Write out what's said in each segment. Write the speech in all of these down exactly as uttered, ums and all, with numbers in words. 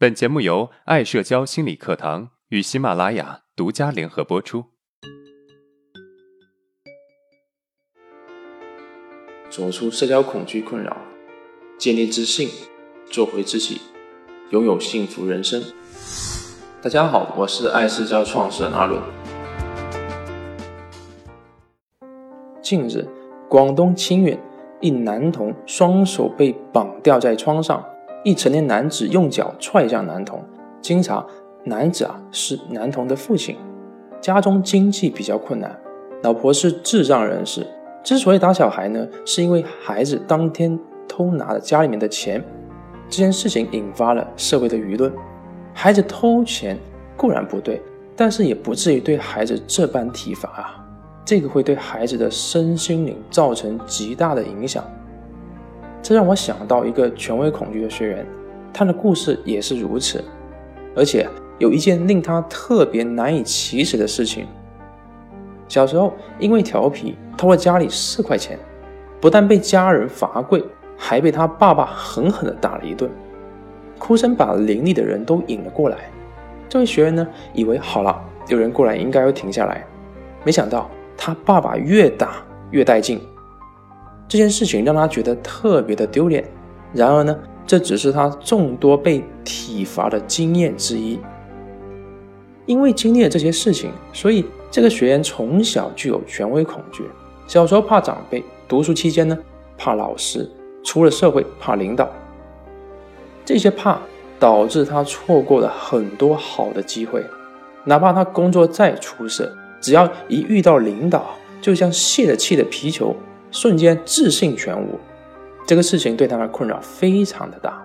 本节目由爱社交心理课堂与喜马拉雅独家联合播出。 走出社交恐惧困扰，建立自信，做回自己，拥有幸福人生。大家好，我是爱社交创始人阿伦。近日，广东清远一男童双手被绑吊在窗上，一成年男子用脚踹向男童。经查，男子啊是男童的父亲，家中经济比较困难，老婆是智障人士。之所以打小孩呢，是因为孩子当天偷拿了家里面的钱。这件事情引发了社会的舆论。孩子偷钱固然不对，但是也不至于对孩子这般体罚啊。这个会对孩子的身心灵造成极大的影响。这让我想到一个权威恐惧的学员，他的故事也是如此，而且有一件令他特别难以启齿的事情。小时候因为调皮偷了家里四块钱，不但被家人罚跪，还被他爸爸狠狠地打了一顿，哭声把邻里的人都引了过来。这位学员呢，以为好了，有人过来应该会停下来，没想到他爸爸越打越带劲。这件事情让他觉得特别的丢脸，然而呢，这只是他众多被体罚的经验之一。因为经历了这些事情，所以这个学员从小具有权威恐惧。小时候怕长辈，读书期间呢怕老师，出了社会怕领导。这些怕导致他错过了很多好的机会，哪怕他工作再出色，只要一遇到领导，就像泄了气的皮球，瞬间自信全无。这个事情对他的困扰非常的大。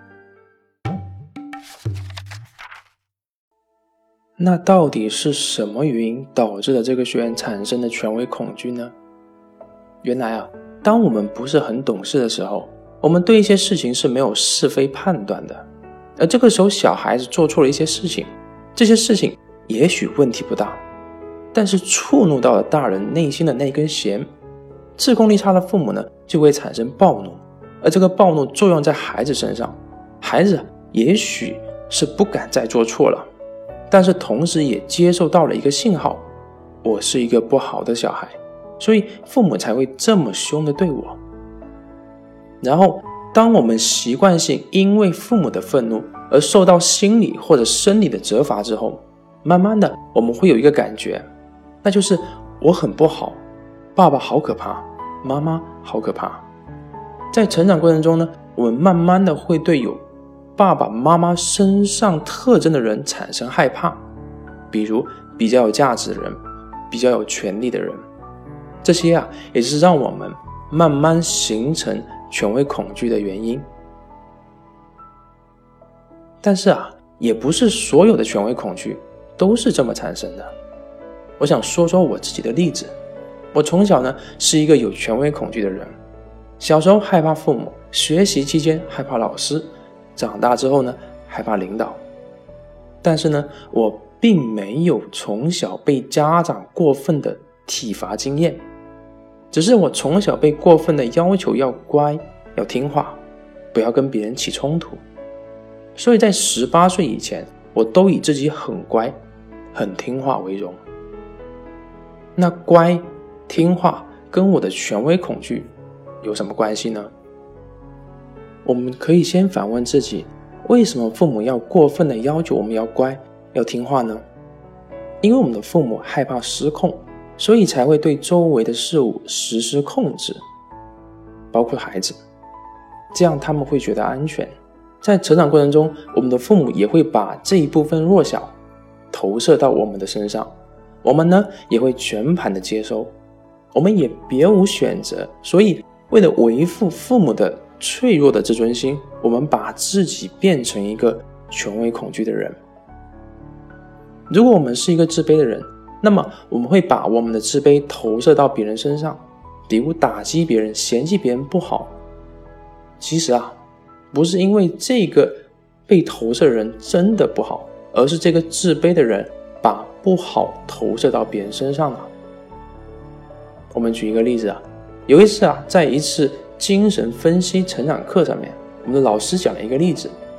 那到底是什么原因导致了这个学员产生的权威恐惧呢？原来啊，当我们不是很懂事的时候，我们对一些事情是没有是非判断的。而这个时候小孩子做错了一些事情，这些事情也许问题不大，但是触怒到了大人内心的那根弦，自控力差的父母呢，就会产生暴怒，而这个暴怒作用在孩子身上，孩子也许是不敢再做错了，但是同时也接受到了一个信号，我是一个不好的小孩，所以父母才会这么凶的对我。然后当我们习惯性因为父母的愤怒而受到心理或者生理的责罚之后，慢慢的我们会有一个感觉，那就是我很不好，爸爸好可怕，妈妈好可怕。在成长过程中呢，我们慢慢的会对有爸爸妈妈身上特征的人产生害怕，比如比较有价值的人，比较有权力的人。这些啊，也是让我们慢慢形成权威恐惧的原因。但是啊，也不是所有的权威恐惧都是这么产生的。我想说说我自己的例子。我从小呢是一个有权威恐惧的人，小时候害怕父母，学习期间害怕老师，长大之后呢害怕领导。但是呢，我并没有从小被家长过分的体罚经验，只是我从小被过分的要求要乖，要听话，不要跟别人起冲突。所以在十八岁以前，我都以自己很乖很听话为荣。那乖听话跟我的权威恐惧有什么关系呢？我们可以先反问自己，为什么父母要过分的要求我们要乖要听话呢？因为我们的父母害怕失控，所以才会对周围的事物实施控制，包括孩子，这样他们会觉得安全。在成长过程中，我们的父母也会把这一部分弱小投射到我们的身上，我们呢也会全盘的接收，我们也别无选择。所以为了维护父母的脆弱的自尊心，我们把自己变成一个权威恐惧的人。如果我们是一个自卑的人，那么我们会把我们的自卑投射到别人身上，比如打击别人，嫌弃别人不好。其实啊，不是因为这个被投射的人真的不好，而是这个自卑的人把不好投射到别人身上了。我们举一个例子啊，有一次啊，在一次精神分析成长课上面，我们的老师讲了一个例子，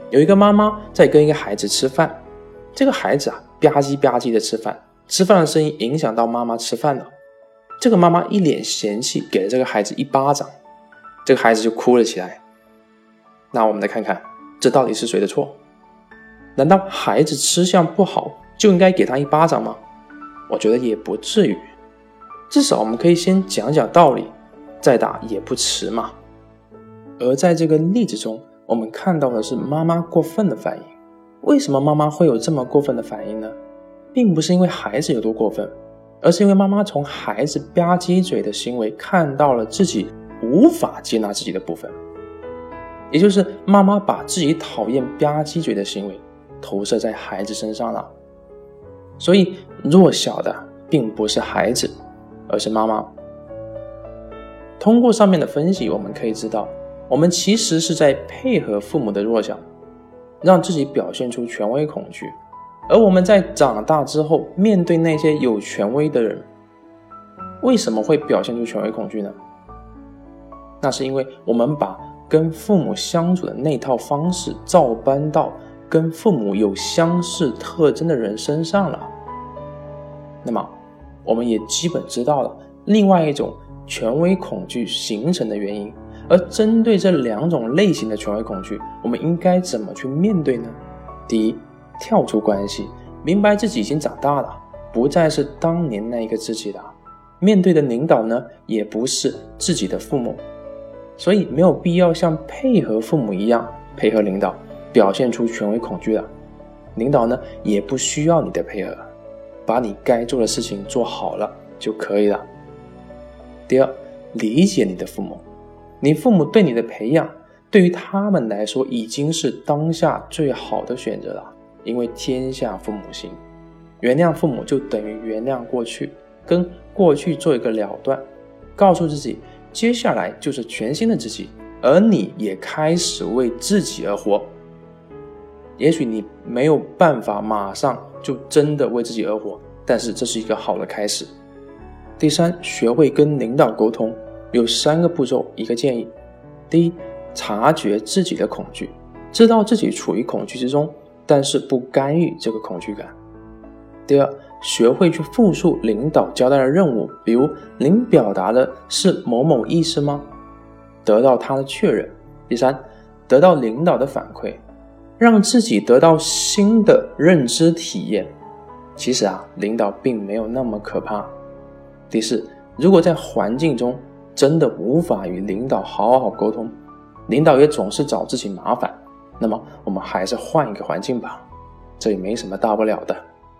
有一个妈妈在跟一个孩子吃饭，这个孩子啊吧唧吧唧的吃饭，吃饭的声音影响到妈妈吃饭了。这个妈妈一脸嫌弃，给了这个孩子一巴掌，这个孩子就哭了起来。那我们来看看，这到底是谁的错？难道孩子吃相不好就应该给他一巴掌吗？我觉得也不至于，至少我们可以先讲讲道理，再打也不迟嘛。而在这个例子中，我们看到的是妈妈过分的反应。为什么妈妈会有这么过分的反应呢？并不是因为孩子有多过分，而是因为妈妈从孩子吧唧嘴的行为看到了自己无法接纳自己的部分，也就是妈妈把自己讨厌吧唧嘴的行为投射在孩子身上了。所以弱小的并不是孩子，而是妈妈。通过上面的分析，我们可以知道，我们其实是在配合父母的弱小，让自己表现出权威恐惧。而我们在长大之后，面对那些有权威的人，为什么会表现出权威恐惧呢？那是因为我们把跟父母相处的那套方式照搬到跟父母有相似特征的人身上了。那么我们也基本知道了另外一种权威恐惧形成的原因，而针对这两种类型的权威恐惧，我们应该怎么去面对呢？第一，跳出关系，明白自己已经长大了，不再是当年那一个自己了，面对的领导呢，也不是自己的父母，所以没有必要像配合父母一样配合领导，表现出权威恐惧了。领导呢，也不需要你的配合，把你该做的事情做好了就可以了。第二，理解你的父母，你父母对你的培养，对于他们来说已经是当下最好的选择了，因为天下父母心，原谅父母就等于原谅过去，跟过去做一个了断，告诉自己接下来就是全新的自己，而你也开始为自己而活。也许你没有办法马上就真的为自己而活，但是这是一个好的开始。第三，学会跟领导沟通，有三个步骤，一个建议。第一，察觉自己的恐惧，知道自己处于恐惧之中，但是不干预这个恐惧感。第二，学会去复述领导交代的任务，比如您表达的是某某意思吗？得到他的确认。第三，得到领导的反馈，让自己得到新的认知体验。其实啊，领导并没有那么可怕。第四，如果在环境中真的无法与领导好好沟通，领导也总是找自己麻烦，那么我们还是换一个环境吧，这也没什么大不了的。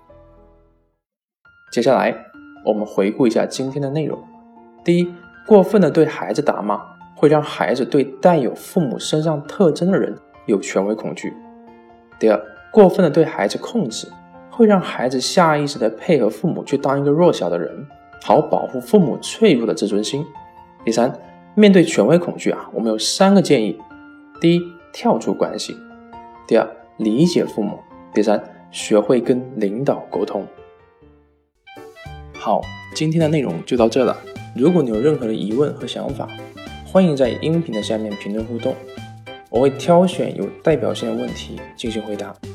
接下来我们回顾一下今天的内容。第一，过分的对孩子打骂会让孩子对带有父母身上特征的人有权威恐惧。第二，过分的对孩子控制会让孩子下意识的配合父母去当一个弱小的人，好保护父母脆弱的自尊心。第三，面对权威恐惧啊，我们有三个建议。第一，跳出关系。第二，理解父母。第三，学会跟领导沟通。好，今天的内容就到这了。如果你有任何的疑问和想法，欢迎在音频的下面评论互动，我会挑选有代表性的问题进行回答。